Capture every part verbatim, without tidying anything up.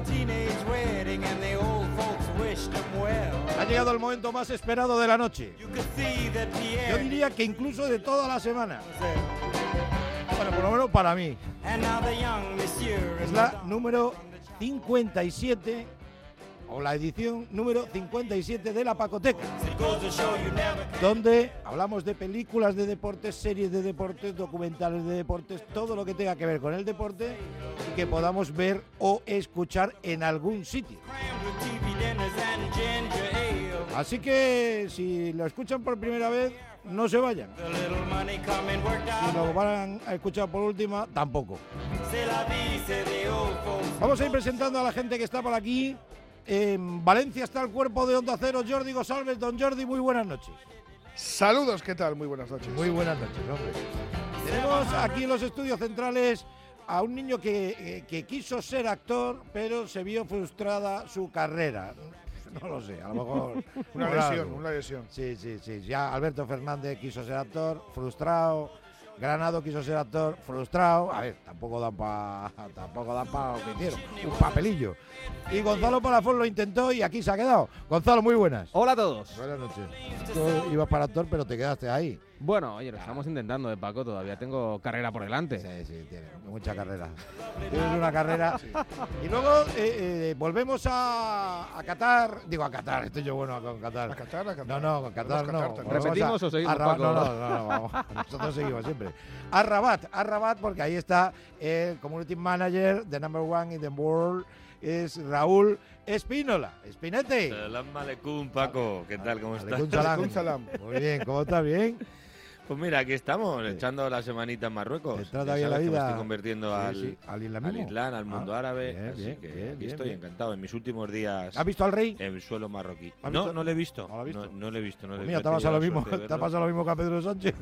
Ha llegado el momento más esperado de la noche. Yo diría que incluso de toda la semana. Bueno, por lo menos para mí. Es la número cincuenta y siete, o la edición número cincuenta y siete de la Pacoteca, donde hablamos de películas de deportes, series de deportes, documentales de deportes, todo lo que tenga que ver con el deporte y que podamos ver o escuchar en algún sitio. Así que si lo escuchan por primera vez, no se vayan. Si lo van a escuchar por última, tampoco. Vamos a ir presentando a la gente que está por aquí. En Valencia está el cuerpo de Onda Cero, Jordi González. Don Jordi, muy buenas noches. Saludos, ¿qué tal? Muy buenas noches. Muy buenas noches, hombre. Tenemos aquí en los estudios centrales a un niño que, que, que quiso ser actor, pero se vio frustrada su carrera. No lo sé, a lo mejor... una lesión, una lesión. Sí, sí, sí. Ya Alberto Fernández quiso ser actor, frustrado. Granado quiso ser actor, frustrado. A ver, tampoco dan para tampoco dan para lo que hicieron. Un papelillo. Y Gonzalo Palafox lo intentó y aquí se ha quedado. Gonzalo, muy buenas. Hola a todos. Buenas noches. Tú ibas para actor, pero te quedaste ahí. Bueno, oye, lo estamos intentando, de Paco. Todavía tengo carrera por delante. Sí, sí, tiene mucha carrera. Tienes una carrera. Sí. Y luego eh, eh, volvemos a, a Qatar. Digo, a Qatar. Estoy yo bueno con Qatar. ¿A Qatar? ¿A Qatar? No, no, con Qatar no. Qatar, ¿Repetimos a, o seguimos, a Rabat, Paco? No, no, no, no, vamos. Nosotros seguimos siempre. A Rabat, a Rabat, porque ahí está el Community Manager, the number one in the world, es Raúl Espínola. Espinete. Salam aleikum, Paco. ¿Qué tal? ¿Cómo estás? Salam. Salam. Muy bien, ¿cómo estás? ¿Bien? Pues mira, aquí estamos, sí. echando la semanita en Marruecos. ¿Te trata bien la vida? Me estoy convirtiendo sí, al, sí. al, Islam, al Islam, al mundo ah, árabe. Bien, así bien, que bien, aquí bien, estoy bien. encantado. En mis últimos días. ¿Has visto al rey? En el suelo marroquí. ¿Has No, visto? no lo he visto. ¿No lo, visto? No, no lo he visto. No pues lo mira, he te ha pasado lo mismo, te ha pasado lo mismo que a Pedro Sánchez.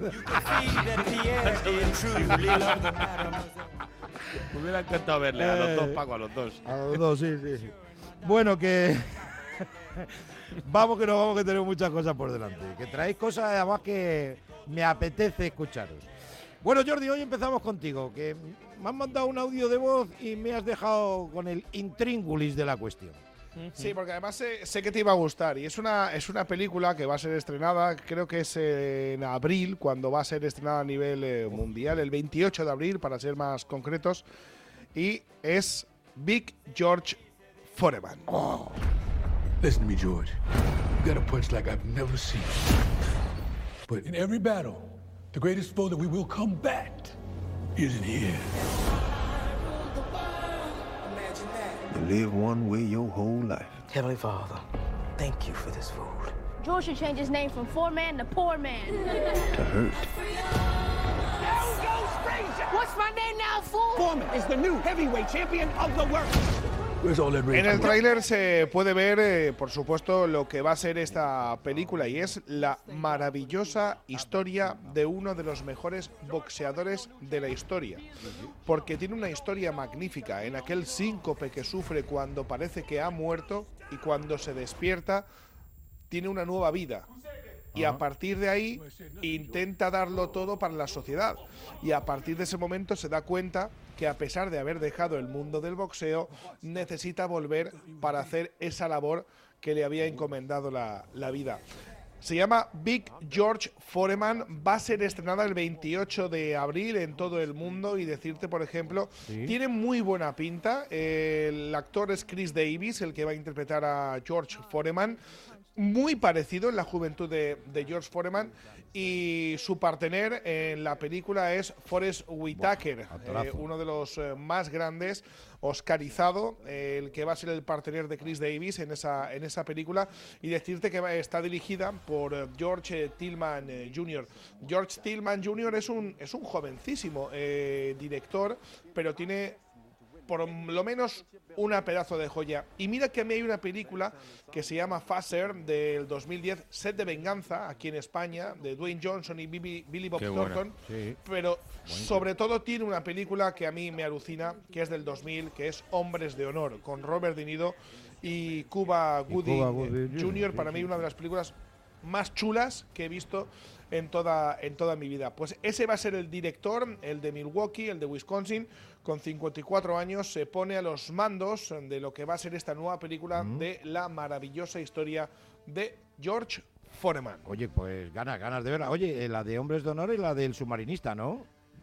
Me hubiera encantado verle a los dos, Paco, a los dos. A los dos, sí, sí, sí. Bueno, que... vamos que nos vamos, que tenemos muchas cosas por delante. Que traéis cosas, además, que me apetece escucharos. Bueno, Jordi, hoy empezamos contigo, que me han mandado un audio de voz y me has dejado con el intríngulis de la cuestión. Sí, porque además sé, sé que te iba a gustar. Y es una, es una película que va a ser estrenada, creo que es en abril, cuando va a ser estrenada a nivel eh, mundial, el veintiocho de abril, para ser más concretos. Y es Big George Foreman. Oh. Listen to me, George. You got a punch like I've never seen. But in every battle, the greatest foe that we will combat isn't here. You live one way your whole life. Heavenly Father, thank you for this food. George should change his name from Four Man to Poor Man. To hurt. What's my name now, fool? Foreman is the new heavyweight champion of the world. En el tráiler se puede ver, eh, por supuesto, lo que va a ser esta película, y es la maravillosa historia de uno de los mejores boxeadores de la historia. Porque tiene una historia magnífica en aquel síncope que sufre cuando parece que ha muerto y cuando se despierta tiene una nueva vida. Y a partir de ahí intenta darlo todo para la sociedad. Y a partir de ese momento se da cuenta que, a pesar de haber dejado el mundo del boxeo, necesita volver para hacer esa labor que le había encomendado la, la vida. Se llama Big George Foreman, va a ser estrenada el veintiocho de abril en todo el mundo, y decirte, por ejemplo, ¿sí? Tiene muy buena pinta. El actor es Chris Davis, el que va a interpretar a George Foreman. Muy parecido en la juventud de, de George Foreman, y su partener en la película es Forest Whitaker, eh, uno de los eh, más grandes, oscarizado, eh, el que va a ser el partener de Chris Davis en esa, en esa película. Y decirte que va, está dirigida por eh, George eh, Tillman eh, junior George Tillman junior es un, es un jovencísimo eh, director, pero tiene por lo menos una pedazo de joya. Y mira que a mí hay una película que se llama Faster, del dos mil diez, Set de Venganza, aquí en España, de Dwayne Johnson y Billy, Billy Bob Thornton, sí. Pero bueno, sobre todo tiene una película que a mí me alucina, que es del dos mil, que es Hombres de Honor, con Robert De Niro y Cuba Gooding, Gooding junior Para mí una de las películas más chulas que he visto en toda, en toda mi vida. Pues ese va a ser el director, el de Milwaukee, el de Wisconsin, con cincuenta y cuatro años, se pone a los mandos de lo que va a ser esta nueva película mm. de la maravillosa historia de George Foreman. Oye, pues ganas, ganas de verla. Oye, la de Hombres de Honor y la del submarinista, ¿no?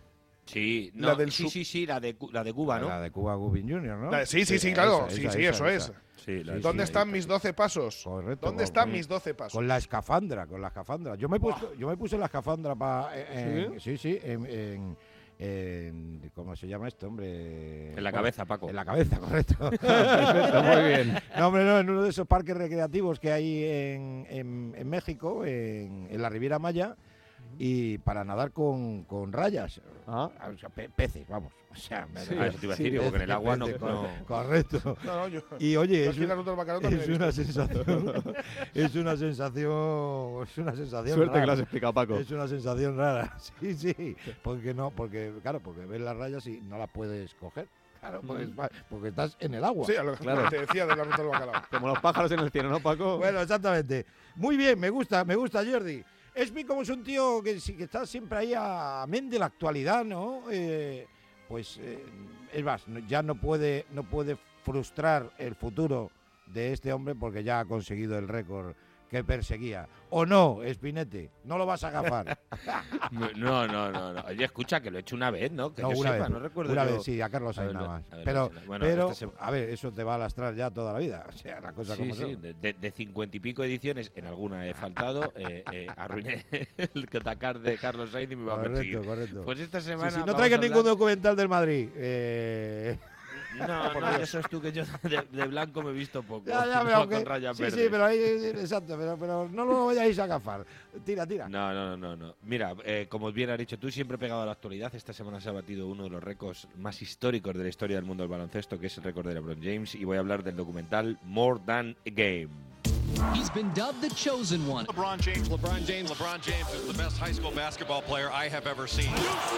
Sí, no, la del sí, sí, sí, la de, la de Cuba, ¿no? La de Cuba Gooding junior, ¿no? La, sí, sí, sí, sí, claro. Esa, sí, esa, sí, esa, eso esa. es. Sí, la, ¿Dónde sí, están ahí, mis doce pasos? Correcto. ¿Dónde están mis doce pasos? Con la escafandra, con la escafandra. Yo me, he puesto, yo me puse la escafandra para... ¿Sí? sí, sí, en, en, en... ¿Cómo se llama esto, hombre? En la cabeza, Paco. En la cabeza, correcto. Perfecto, muy bien. No, hombre, no, en uno de esos parques recreativos que hay en, en, en México, en, en la Riviera Maya, y para nadar con, con rayas, ah. o sea, pe peces, vamos. O sea, me sí, me, eso te iba a decir, sí, porque en el agua no, no. Correcto. No, no, yo, y oye, yo es, un, es una sensación, es una sensación, es una sensación. Suerte rara. que lo has explicado, Paco. Es una sensación rara, sí, sí, porque no, porque claro, porque ves las rayas y no las puedes coger. Claro, porque, porque estás en el agua. Sí, a lo que claro. te decía de la ruta del bacalao. Como los pájaros en el cielo, ¿no, Paco? Bueno, exactamente. Muy bien, me gusta, me gusta, Jordi. Espi, como es un tío que, que está siempre ahí a men de la actualidad, ¿no? Eh, pues, eh, es más, ya no puede, no puede frustrar el futuro de este hombre porque ya ha conseguido el récord que perseguía. ¿O no, Espinete? ¿No lo vas a agafar? No, no, no, no. Oye, escucha, que lo he hecho una vez, ¿no? Que no, yo una sepa, vez, no recuerdo Una yo. vez, sí, a Carlos Sainz nada más. A ver, pero, bueno, pero este se... a ver, eso te va a lastrar ya toda la vida. O sea, la cosa sí, como sí, son. de cincuenta y pico ediciones, en alguna he faltado, eh, eh, arruiné el Dakar de Carlos Sainz y me iba a perseguir. Correcto, correcto. Pues esta semana sí, sí, no traigas ningún documental del Madrid. Eh... No, no, eso es tú, que yo de, de blanco me he visto poco. Ya, ya, pero aunque, sí, verdes. sí, pero ahí, exacto, pero, pero no lo vayáis a agafar. Tira, tira. No, no, no, no. Mira, eh, como bien has dicho tú, siempre pegado a la actualidad. Esta semana se ha batido uno de los récords más históricos de la historia del mundo del baloncesto, que es el récord de LeBron James, y voy a hablar del documental More Than a Game. He's been dubbed the chosen one. LeBron James, LeBron James, LeBron James is the best high school basketball player I have ever seen.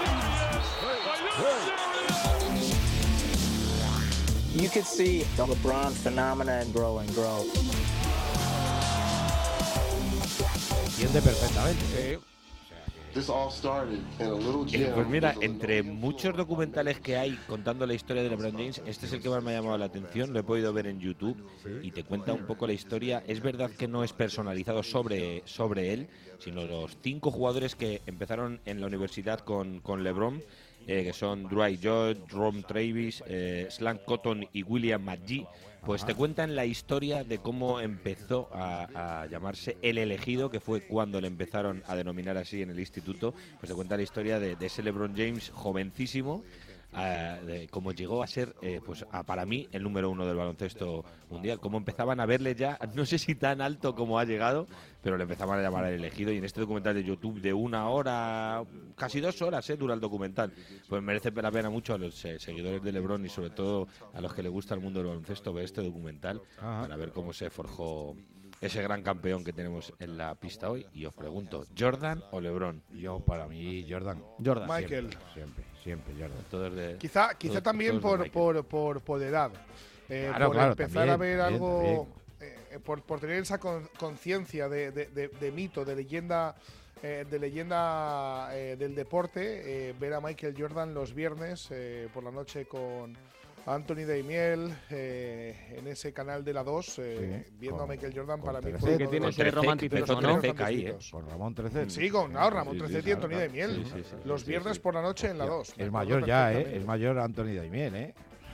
You could see the LeBron phenomenon grow and grow. Entiende perfectamente. Sí. This all started in a little gym. Pues mira, entre muchos documentales que hay contando la historia de LeBron James, este es el que más me ha llamado la atención. Lo he podido ver en YouTube y te cuenta un poco la historia. Es verdad que no es personalizado sobre, sobre él, sino los cinco jugadores que empezaron en la universidad con, con LeBron. Eh, que son Dwight George, Ron Travis, eh, Slant Cotton y William McGee, pues te cuentan la historia de cómo empezó a, a llamarse El Elegido, que fue cuando le empezaron a denominar así en el instituto. Pues te cuenta la historia de, de ese LeBron James jovencísimo, Uh, de cómo llegó a ser, eh, pues a, para mí, el número uno del baloncesto mundial. Cómo empezaban a verle ya, no sé si tan alto como ha llegado, pero le empezaban a llamar El Elegido. Y en este documental de YouTube de una hora, casi dos horas, eh, dura el documental, pues merece la pena mucho a los eh, seguidores de LeBron y sobre todo a los que les gusta el mundo del baloncesto ver este documental. Ajá. Para ver cómo se forjó ese gran campeón que tenemos en la pista hoy. Y os pregunto, ¿Jordan o LeBron? Yo, para mí, Jordan. Jordan. Michael. Siempre, siempre, siempre Jordan. Todos de, quizá quizá todos, también todos por, por, por, por edad. Eh, claro, por claro, empezar también, a ver también, algo, eh, por, por tener esa con, conciencia de, de, de, de mito, de leyenda, eh, de leyenda eh, del deporte, eh, ver a Michael Jordan los viernes eh, por la noche con Anthony Daimiel eh, en ese canal de la dos, eh, sí, viendo con, a Michael Jordan, para mí fue que tiene ese romanticismo, ¿no? Ahí, ¿eh? Con Ramón Trecet. Sí, con no, Ramón Trecet sí, y Anthony Daimiel. Sí, sí, sí, los sí, viernes sí, por la noche en la dos. Es mayor ya, ¿eh? Es mayor Anthony Daimiel, ¿eh?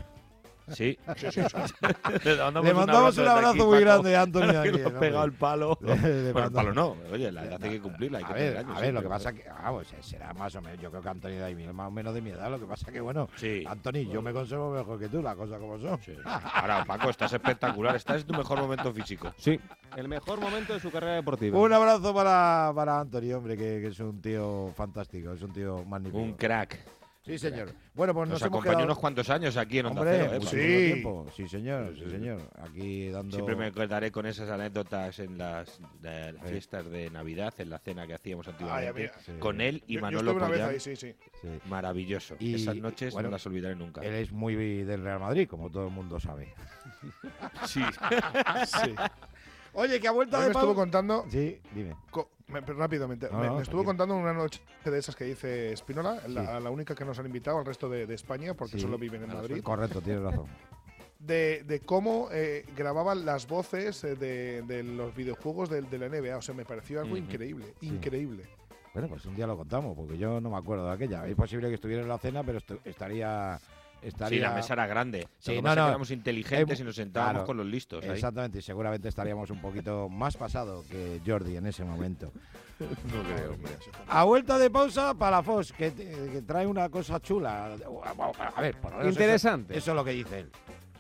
Sí, sí, sí, sí. Le mandamos, le mandamos un abrazo, un abrazo aquí, muy Paco, grande a Anthony Daimiel. Que nos pega el palo. Bueno, el palo no. Oye, la edad hay que cumplirla. Hay a que ver, años, a ver, sí, lo que pasa que, vamos, será más o menos, yo creo que Anthony Daimiel es más o menos de mi edad. Lo que pasa que, bueno, sí. Anthony, yo me conservo mejor que tú, las cosas como son. Sí. Ahora, Paco, estás espectacular. Estás en tu mejor momento físico. Sí, el mejor momento de su carrera deportiva. Un abrazo para, para Anthony, hombre, que, que es un tío fantástico, es un tío magnífico. Un crack. Sí, señor. Bueno, pues nos, nos hemos acompañó quedado... unos cuantos años aquí en Onda Hombre, Cero, ¿eh? Sí. Tiempo. Sí, señor, sí, señor. Aquí dando... Siempre me quedaré con esas anécdotas en las, de las fiestas de Navidad, en la cena que hacíamos antiguamente, Ay, sí. con él y yo, Manolo yo Pollán. Ahí, sí, sí. Sí. Maravilloso. Y, esas noches bueno, no las olvidaré nunca. Él es muy del Real Madrid, como todo el mundo sabe. Sí. sí. Oye, que a vuelta Hoy de me estuvo pausa. contando. Sí, dime. Co me, rápidamente, No, me, no, me estuvo tranquilo. contando una noche de esas que dice Espínola, Sí. la, la única que nos han invitado al resto de, de España, porque Sí. solo viven en Madrid. Correcto, tienes razón. De, de cómo eh, grababan las voces eh, de, de los videojuegos de, de la N B A. O sea, me pareció algo Ujú. increíble, Sí. increíble. Bueno, pues un día lo contamos, porque yo no me acuerdo de aquella. Es posible que estuviera en la cena, pero estu- estaría, estaría... Sí, la mesa era grande. Sí, Lo que no, pasa es no. que éramos inteligentes Eh, y nos sentábamos claro, con los listos. ahí. Exactamente, y seguramente estaríamos un poquito más pasado que Jordi en ese momento. No creo, hombre. A vuelta de pausa, Palafox, que, que trae una cosa chula. A ver, por lo menos Interesante. Eso, eso es lo que dice él.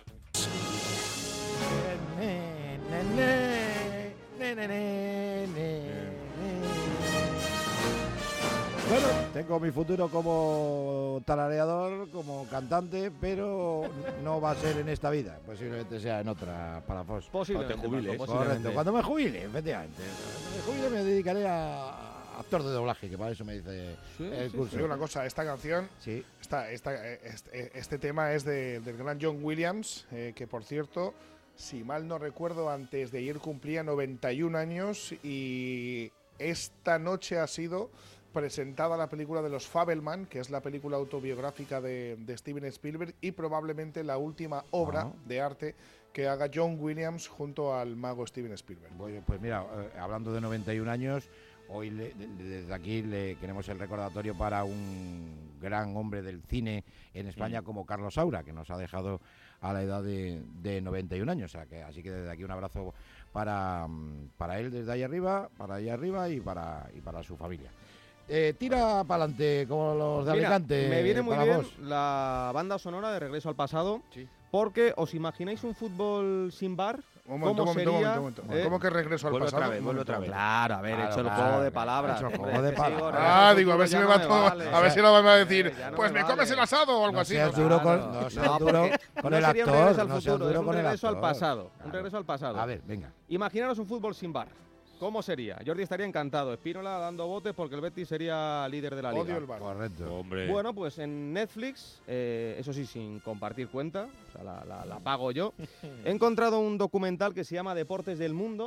Bueno, tengo mi futuro como tarareador, como cantante, pero no va a ser en esta vida. Posiblemente sea en otra, Palafox. Posiblemente, Cuando te jubiles. Paco, Correcto, posiblemente. cuando me jubile, efectivamente. Cuando me jubile me dedicaré a actor de doblaje, que para eso me dice Sí, el sí, curso. Te digo una cosa, esta canción, Sí, esta, esta, eh, este, este tema es de- del gran John Williams, eh, que por cierto, si mal no recuerdo, antes de ayer cumplía noventa y un años y esta noche ha sido presentada la película de los Fabelman, que es la película autobiográfica de, de Steven Spielberg y probablemente la última obra Ah. de arte que haga John Williams junto al mago Steven Spielberg. Bueno, pues mira, eh, hablando de noventa y un años, hoy le- de- de- desde aquí le queremos el recordatorio para un gran hombre del cine en España como Carlos Saura, que nos ha dejado a la edad de, de noventa y un años. O sea, que, así que desde aquí un abrazo para, mm, para él desde ahí arriba, para allá arriba y para, y para su familia. Eh, tira para adelante como los de Mira, Alicante. me viene muy Palafox. bien la banda sonora de Regreso al Pasado, Sí. porque ¿os imagináis un fútbol sin bar? Un momento, ¿Cómo un momento, un sería? momento, un momento. Eh, ¿Cómo que regreso al Vuelve pasado? otra vez, Un vuelve momento, otra un vez. momento. Claro, haber Claro, hecho el claro, juego de claro, palabras. hecho el hombre, juego de que sí, palabras. con Ah, eso digo, a ver fútbol si ya me no va me todo. vale. A ver si ahora me va a decir, Ya no pues me me comes vale. el asado o algo No así. seas ¿no? duro con, Claro. no seas No, duro porque con no el sería un actor. regreso al no seas futuro, duro es un con el regreso al actor. pasado. Un Claro. regreso al pasado. A ver, venga. Imaginaros un fútbol sin bar. ¿Cómo sería? Jordi estaría encantado. Espínola dando botes porque el Betis sería líder de la liga. Odio el bar. Correcto. Hombre. Bueno, pues en Netflix, eh, eso sí, sin compartir cuenta, o sea, la, la- la pago yo, he encontrado un documental que se llama Deportes del Mundo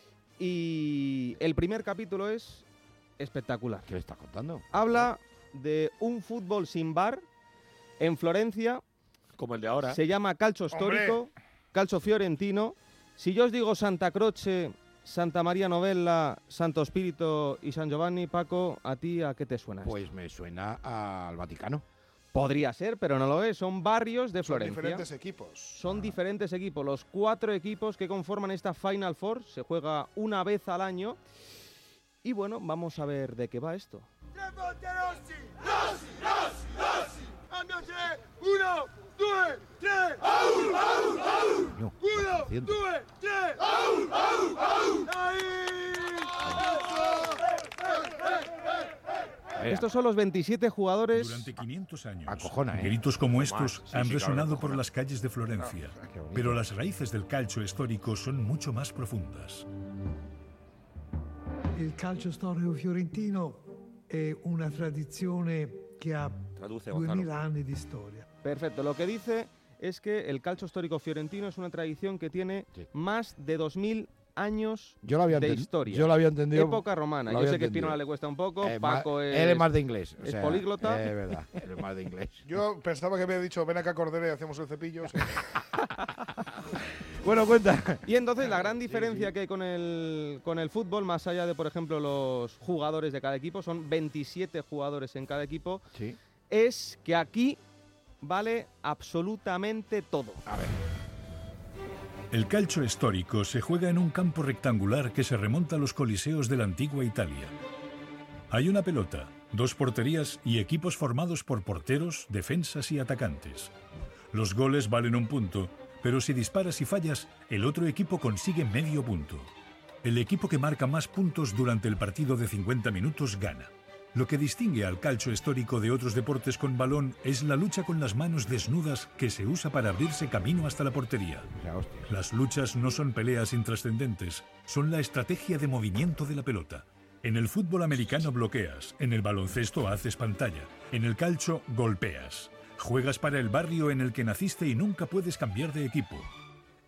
y el primer capítulo es espectacular. ¿Qué le estás contando? Habla de un fútbol sin bar en Florencia, Como el de ahora. se llama Calcio Storico, Calcio Fiorentino. Si yo os digo Santa Croce, Santa María Novella, Santo Spirito y San Giovanni, Paco, ¿a ti a qué te suena esto? Pues me suena al Vaticano. Podría ser, pero no lo es. Son barrios de Son Florencia. diferentes equipos. Son diferentes equipos. Los cuatro equipos que conforman esta Final Four se juega una vez al año. Y bueno, vamos a ver de qué va esto. No, uno, dos, tres. Estos son los veintisiete jugadores. Durante quinientos años, Acojona, ¿eh? gritos como estos sí, han sí, claro, resonado acojona. por las calles de Florencia. qué bonito. Pero las raíces del calcio histórico son mucho más profundas. Il calcio storico fiorentino è una tradizione che ha Traduce, Gonzalo. duemila anni di storia. Perfecto. Lo que dice es que el calcio histórico fiorentino es una tradición que tiene Sí. más de dos mil años Yo lo había de enten- historia. Yo lo había entendido. Época romana. lo Yo había sé que a entendido. Espínola le cuesta un poco, Eh, ma- Paco es... Él es más de inglés. o es sea, políglota. Es verdad, él es más de inglés. Yo pensaba que había dicho, ven acá Cordero y hacemos el cepillo. Sí. Bueno, cuenta. Y entonces la gran diferencia que hay con el, con el fútbol, más allá de, por ejemplo, los jugadores de cada equipo, son veintisiete jugadores en cada equipo, Sí. es que aquí vale absolutamente todo. A ver. El calcio histórico se juega en un campo rectangular que se remonta a los coliseos de la antigua Italia. Hay una pelota, dos porterías y equipos formados por porteros, defensas y atacantes. Los goles valen un punto, pero si disparas y fallas, el otro equipo consigue medio punto. El equipo que marca más puntos durante el partido de cincuenta minutos gana. Lo que distingue al calcio histórico de otros deportes con balón es la lucha con las manos desnudas que se usa para abrirse camino hasta la portería. O sea, hostia. Las luchas no son peleas intrascendentes, son la estrategia de movimiento de la pelota. En el fútbol americano bloqueas, en el baloncesto haces pantalla, en el calcio golpeas. Juegas para el barrio en el que naciste y nunca puedes cambiar de equipo.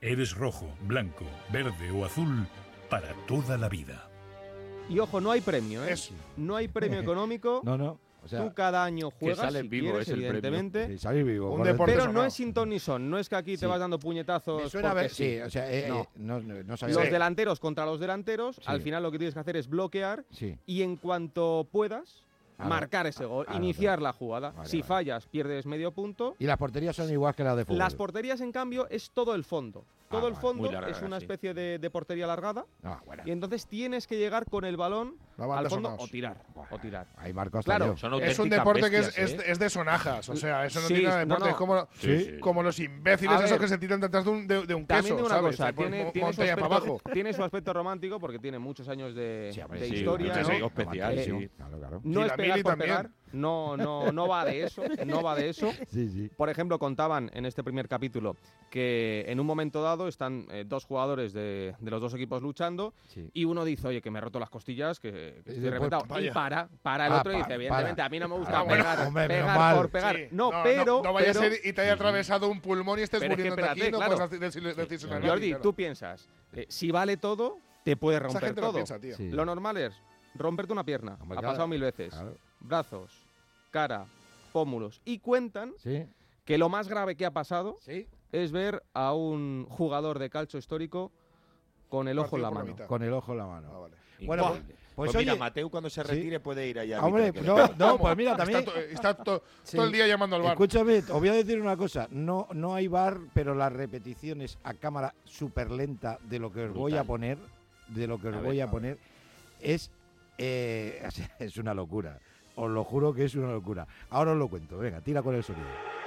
Eres rojo, blanco, verde o azul para toda la vida. Y ojo, no hay premio, ¿eh? Es- No hay premio económico. No, no. O sea, Tú cada año juegas, sales si vivo, quieres, es el premio. evidentemente. sí, salir vivo. Un correcto. deporte Pero sonado. no es sin ton ni son. No es que aquí Sí. te vas dando puñetazos Me suena a porque ver, sí, o sea, eh, No. eh, no, no, no sabía. Los Sí. delanteros contra los delanteros, Sí. al final lo que tienes que hacer es bloquear Sí. y en cuanto puedas, Claro. marcar ese gol, Claro, iniciar claro. la jugada. Vale, si vale. fallas, pierdes medio punto. Y las porterías son igual que las de fútbol. Las porterías, en cambio, es todo el fondo. Todo Ah, el vale. fondo Muy larga, es una sí. especie de, de portería alargada Ah, bueno. y entonces tienes que llegar con el balón La banda al fondo sonaos. o tirar. O tirar. Ahí marco hasta Claro, yo. Son Es un auténticas deporte que es, bestias, es, ¿eh? es de sonajas, o sea, eso no Sí, tiene nada de no, deporte, no. es como, Sí. como los imbéciles A esos ver, que se tiran detrás de un, de, de un También queso, de una ¿sabes? cosa, Pues tiene, mo- tiene, su montaña para aspecto, abajo. tiene su aspecto romántico porque tiene muchos años de, Sí, hombre, de sí, historia. un ¿no? juego especial, Eh, sí. Claro, claro. No Y es la pegar mili por también. pegar, no, no, no va de eso, no va de eso. Sí, sí. Por ejemplo, contaban en este primer capítulo que en un momento dado están eh, dos jugadores de, de los dos equipos luchando Sí. y uno dice, oye, que me he roto las costillas, que, que estoy pues, reventado. Y vaya. para, para el Ah, otro y pa- dice, evidentemente, para. a mí no me gusta Ah, bueno, pegar, hombre, menos pegar mal. por pegar. Sí. No, pero... No, vaya pero- a ser y te haya atravesado un pulmón y estés Pero es que muriéndote aquí, espérate, no claro. puedes decirle decirse nada. Jordi, claro. tú piensas, eh, si vale todo, te puede Esa romper gente lo todo. piensa, tío. Sí. Lo normal es romperte una pierna, Hombre, ha claro, pasado mil veces, claro. brazos, cara, pómulos, y cuentan Sí. que lo más grave que ha pasado Sí. es ver a un jugador de calcio histórico con el ojo en la Partido por la mano. mitad. Con el ojo en la mano. Ah, vale. Bueno, Increíble. pues, Pues, pues mira, oye, Mateu cuando se sí. retire puede ir allá. Hombre, no, no, pues mira, también. Está, to- está to- Sí. todo el día llamando al bar. Escúchame, os voy a decir una cosa. No, no hay bar, pero las repeticiones a cámara súper lenta de lo que os voy a Brutal. poner, de lo que os A ver, voy a a ver. poner, es, eh, es una locura. Os lo juro que es una locura. Ahora os lo cuento. Venga, tira con el sonido.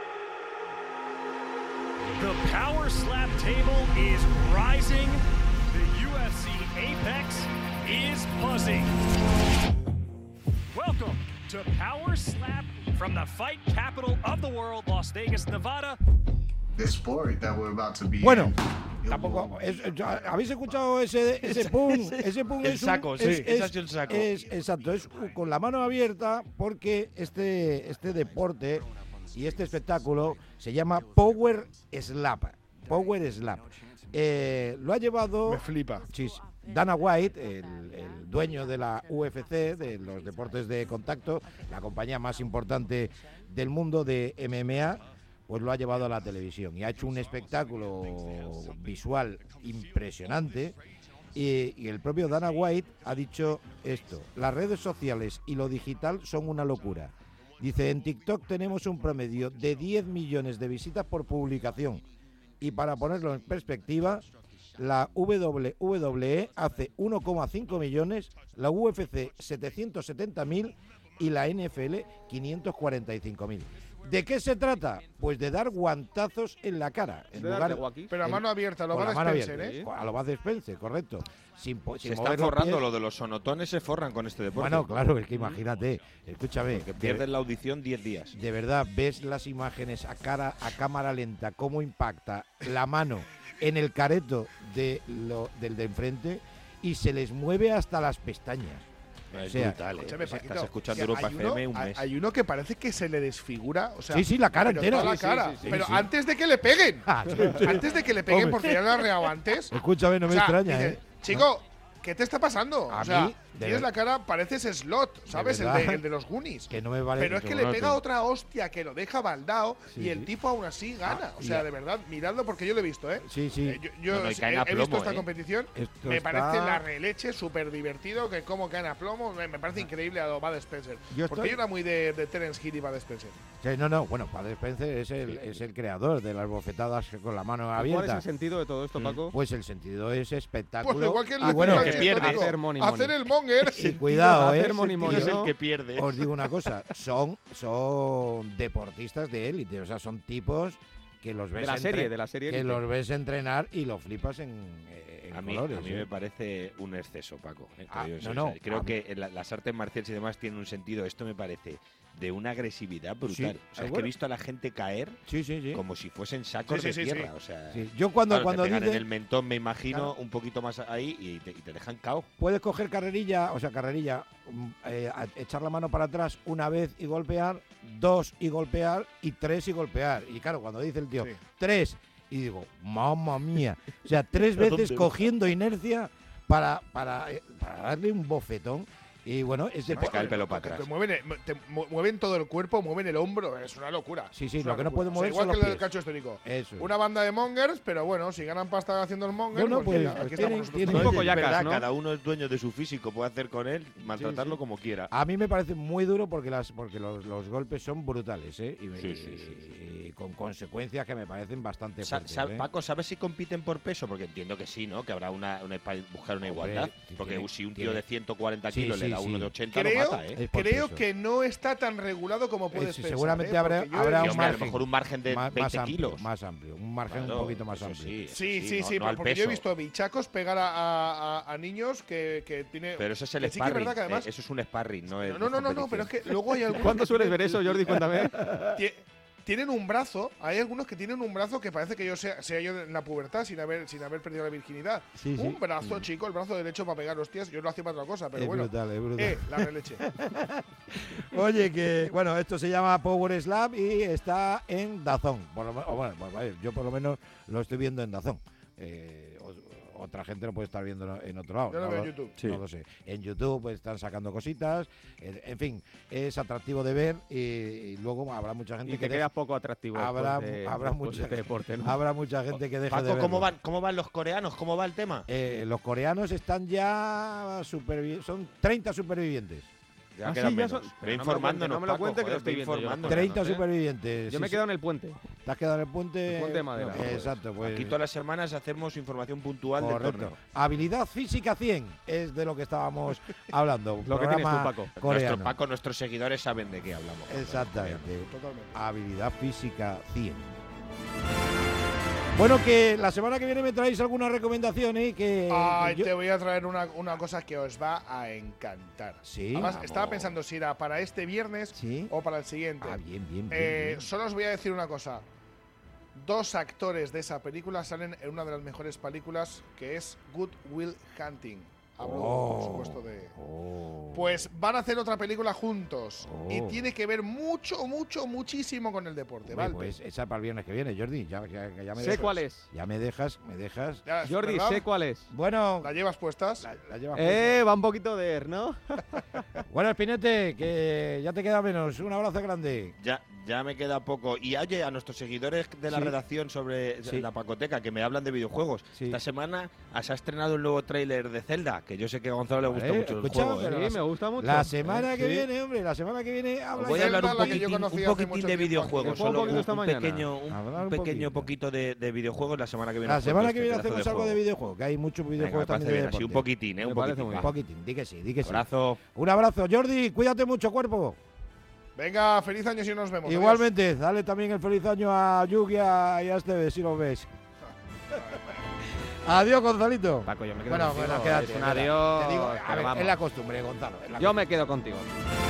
The power slap table is rising. The U F C apex is buzzing. Welcome to Power Slap from the fight capital of the world, Las Vegas, Nevada. The sport that we're about to be Bueno, in, tampoco. es- ya- ¿Habéis escuchado ese, ese pum? Ese pum El es un- saco, sí, es- ese ha es- sido el saco. es- exacto, es con la mano abierta porque este, este deporte y este espectáculo se llama Power Slap. Power Slap. Eh, lo ha llevado. Me flipa. Sí, sí. Dana White, el, el dueño de la U F C, de los deportes de contacto, la compañía más importante del mundo de M M A, pues lo ha llevado a la televisión y ha hecho un espectáculo visual impresionante. Y, y el propio Dana White ha dicho esto: las redes sociales y lo digital son una locura. Dice, en TikTok tenemos un promedio de diez millones de visitas por publicación. Y para ponerlo en perspectiva, la W W E hace uno coma cinco millones, la U F C setecientos setenta mil y la N F L quinientos cuarenta y cinco mil. ¿De qué se trata? Pues de dar guantazos en la cara. En De lugar, darte guaquis. Pero a en- mano abierta, lo con va la a mano Spencer, abierta, ¿eh? A lo Bud Spencer, correcto. Sin, po- Se sin están mover los forrando pies. lo de los sonotones, se forran con este deporte. Bueno, claro, es que imagínate, escúchame. Que de- pierden la audición diez días. De verdad, ves las imágenes a cara a cámara lenta, cómo impacta la mano en el careto de lo, del de enfrente y se les mueve hasta las pestañas. Es O sea, brutal, ¿eh? Escúchame, Estás Paquito, escuchando que Europa hay F M uno- un hay- mes. Hay uno que parece que se le desfigura. O sea, Sí, sí, la cara pero entera. toda la Sí, sí, cara. sí, sí, pero sí. antes de que le peguen. Ah, sí, sí. Antes de que le peguen, Hombre. porque ya lo han reado antes. Escúchame, no O me sea, extraña, dices, ¿eh? Chico, ¿qué te está pasando? A o sea, mí, de tienes ver- la cara, pareces slot, ¿sabes? El verdad. de, el de los Goonies. Que no me vale. Pero es que que le no pega te- otra hostia que lo deja baldao Sí, y el sí. tipo aún así gana. Ah, o y sea, a- de verdad, miradlo porque yo lo he visto, ¿eh? Sí, sí. Eh, yo yo No, no, y sí, caen he, a he visto plomo, esta ¿eh? competición. Esto Me está- parece la releche súper divertido, que como caen a plomo. Me, me parece increíble a lo Bud Spencer. Yo Porque estoy- yo era muy de, de Terence Hill y Bud Spencer. Sí, no, no, bueno, Bud Spencer es el, es el creador de las bofetadas con la mano ¿Cuál es abierta. el sentido de todo esto, Paco? Pues el sentido es espectáculo. Pues igual que el y de bueno, Fútbol que pierde. Histórico. Hacer money, money. Hacer el monger. y cuidado, hacer ¿eh? money, money, Es el ¿no? que pierde. Os digo una cosa, son, son deportistas de élite, o sea, son tipos que los ves De la entre- serie, de la serie que élite. los ves entrenar y los flipas en, en A mí, colores. a mí ¿eh? me parece un exceso, Paco. eh, te Ah, digo en no, serio. no, O sea, creo a mí- que la- las artes marciales y demás tienen un sentido. Esto me parece de una agresividad brutal. Sí, o sea, es que bueno. he visto a la gente caer Sí, sí, sí. como si fuesen sacos Sí, sí, de sí, tierra. sí. O sea, Sí, yo cuando, claro, cuando te pegan dice, en el mentón, me imagino, Claro. un poquito más ahí y te, y te dejan cao. puedes coger carrerilla, o sea, carrerilla, mm, eh, a- echar la mano para atrás una vez y golpear, dos y golpear y tres y golpear. Y claro, cuando dice el tío Sí. tres y digo, mamma mía. O sea, tres veces cogiendo inercia para, para, para darle un bofetón. Y bueno, ese cae el pelo para atrás. Te mueven, te mueven todo el cuerpo, mueven el hombro, es una locura. Sí, sí, es lo que locura. no puede mover o sea, son igual los que el del pies. calcio histórico. Eso. Una banda de mongers, pero bueno, si ganan pasta haciendo el monger, Bueno, pues, pues, mira, pues aquí tienen- estamos tienen- nosotros. un poco Es yacas, verdad, ¿no? cada uno es dueño de su físico, puede hacer con él, maltratarlo Sí, sí. como quiera. A mí me parece muy duro porque las porque los, los golpes son brutales, ¿eh? Y, Sí, y- sí, sí. y con consecuencias que me parecen bastante Sa- fuertes. sa- ¿eh? Paco, ¿sabes si compiten por peso? Porque entiendo que sí, ¿no? Que habrá una, una para buscar una Hombre, igualdad. sí, Porque tiene- si un tiene- tío de ciento cuarenta Sí, kilos sí, le da sí. uno de ochenta, Creo, lo mata, ¿eh? Es por creo peso. que no está tan regulado como puedes Eh, sí, pensar. seguramente ¿eh? habrá- Porque yo he habrá Y, un visto- hombre, a lo margen mejor un margen de más, más veinte amplio, kilos. más amplio, un margen Claro, un poquito más eso amplio. sí, eso Sí, sí, no- sí, no al porque yo he peso. visto bichacos pegar a, a- a- a niños que, que tiene. Pero eso es el que sí que es sparring. verdad que además. eh, eso es un sparring, no es no, no, no, no, no, pero es que luego hay algunos. ¿Cuándo que sueles tienen- ver eso, Jordi? Cuéntame. Tie- Tienen un brazo, hay algunos que tienen un brazo que parece que yo sea, sea yo en la pubertad sin haber sin haber perdido la virginidad. Sí, sí. Un brazo, chico, el brazo derecho para pegar hostias, yo lo hacía para otra cosa, pero Es bueno. brutal, es brutal. Eh, la releche. Oye, que bueno, esto se llama Power Slap y está en Dazón. Por lo, me- o bueno, pues, a ver, yo por lo menos lo estoy viendo en Dazón. Eh, o- otra gente lo puede estar viendo en otro lado. Yo lo no veo en YouTube. No lo sé. En YouTube pues, están sacando cositas. En, en fin, es atractivo de ver y, y luego habrá mucha gente Y que te quedas poco atractivo. habrá, después de- habrá, después mucha, de este deporte, ¿no? habrá mucha gente que deje de Paco, verlo. ¿cómo van, ¿cómo van los coreanos? ¿Cómo va el tema? Eh, los coreanos están ya supervi- son treinta supervivientes. Ya Ah, quedan sí, ya menos. son- Ve pero no me lo informándonos, cuente, no me lo Paco, cuente, que lo joder, estoy ve viendo yo. informándonos. treinta no sé. supervivientes. Yo sí, me he sí. quedado en el puente. ¿Te has quedado en el puente? El puente de madera. Eh, Exacto, pues. Aquí todas las semanas hacemos información puntual del Correcto. torneo. Habilidad física cien es de lo que estábamos hablando. Lo que tienes tú, Programa Paco. coreano. Nuestro Paco, nuestros seguidores saben de qué hablamos. Exactamente. Totalmente. Habilidad física cien. Bueno, que la semana que viene me traéis alguna recomendación, ¿eh? Que, Ay, que yo- te voy a traer una, una cosa que os va a encantar. Sí. Además, Vamos. estaba pensando si era para este viernes Sí. o para el siguiente. Ah, bien, bien, bien, Eh, bien. Solo os voy a decir una cosa. Dos actores de esa película salen en una de las mejores películas, que es Good Will Hunting. Hablo, Oh, por supuesto, de… oh. Pues van a hacer otra película juntos. Y Oh. tiene que ver mucho, mucho, muchísimo con el deporte, Hombre, ¿vale? pues esa para el viernes que viene, Jordi. Ya, ya- ya me Sé dejas. cuál es. Ya me dejas, me dejas. Ya, Jordi, ¿verdad? sé cuál es. Bueno, ¿La llevas puestas? la, la llevas Eh, va un poquito de er, ¿no? puesta. Bueno, Espinete, que ya te queda menos. Un abrazo grande. Ya, ya me queda poco. Y oye, a nuestros seguidores de la Sí. redacción sobre Sí. la Pacoteca, que me hablan de videojuegos. Sí. Esta semana se ha estrenado un nuevo tráiler de Zelda, que yo sé que a Gonzalo le gusta Eh, mucho el escucha, juego. ¿eh? pero Sí, la- me gusta mucho. La semana Eh, que sí. viene, hombre, la semana que viene habla Os voy a Zelda, hablar un la que yo poquitín, un conocí hace poquitín mucho de tiempo. videojuegos, Que juego solo un poquito un, esta un mañana. pequeño, un, Hablar un un pequeño poquito. poquito de, de videojuegos la semana que viene. La os semana cuento que viene este pedazo hacemos algo de juego. videojuegos, que hay muchos Venga, videojuegos me parece también de bien, así un deporte. poquitín, ¿eh? Me Un parece poquitín. muy Un va. poquitín, di que sí, di que sí. Abrazo. Un abrazo, Jordi, cuídate mucho, cuerpo. Venga, feliz año si nos vemos. Adiós. Igualmente, dale también el feliz año a Yuki y a y a Esteve, si lo ves. Adiós, Gonzalito. Paco, yo me quedo Bueno, contigo. bueno, quédate. Es un mira, adiós. Te digo, a pero ver, vamos. es la costumbre, Gonzalo. es la Yo me quedo contigo.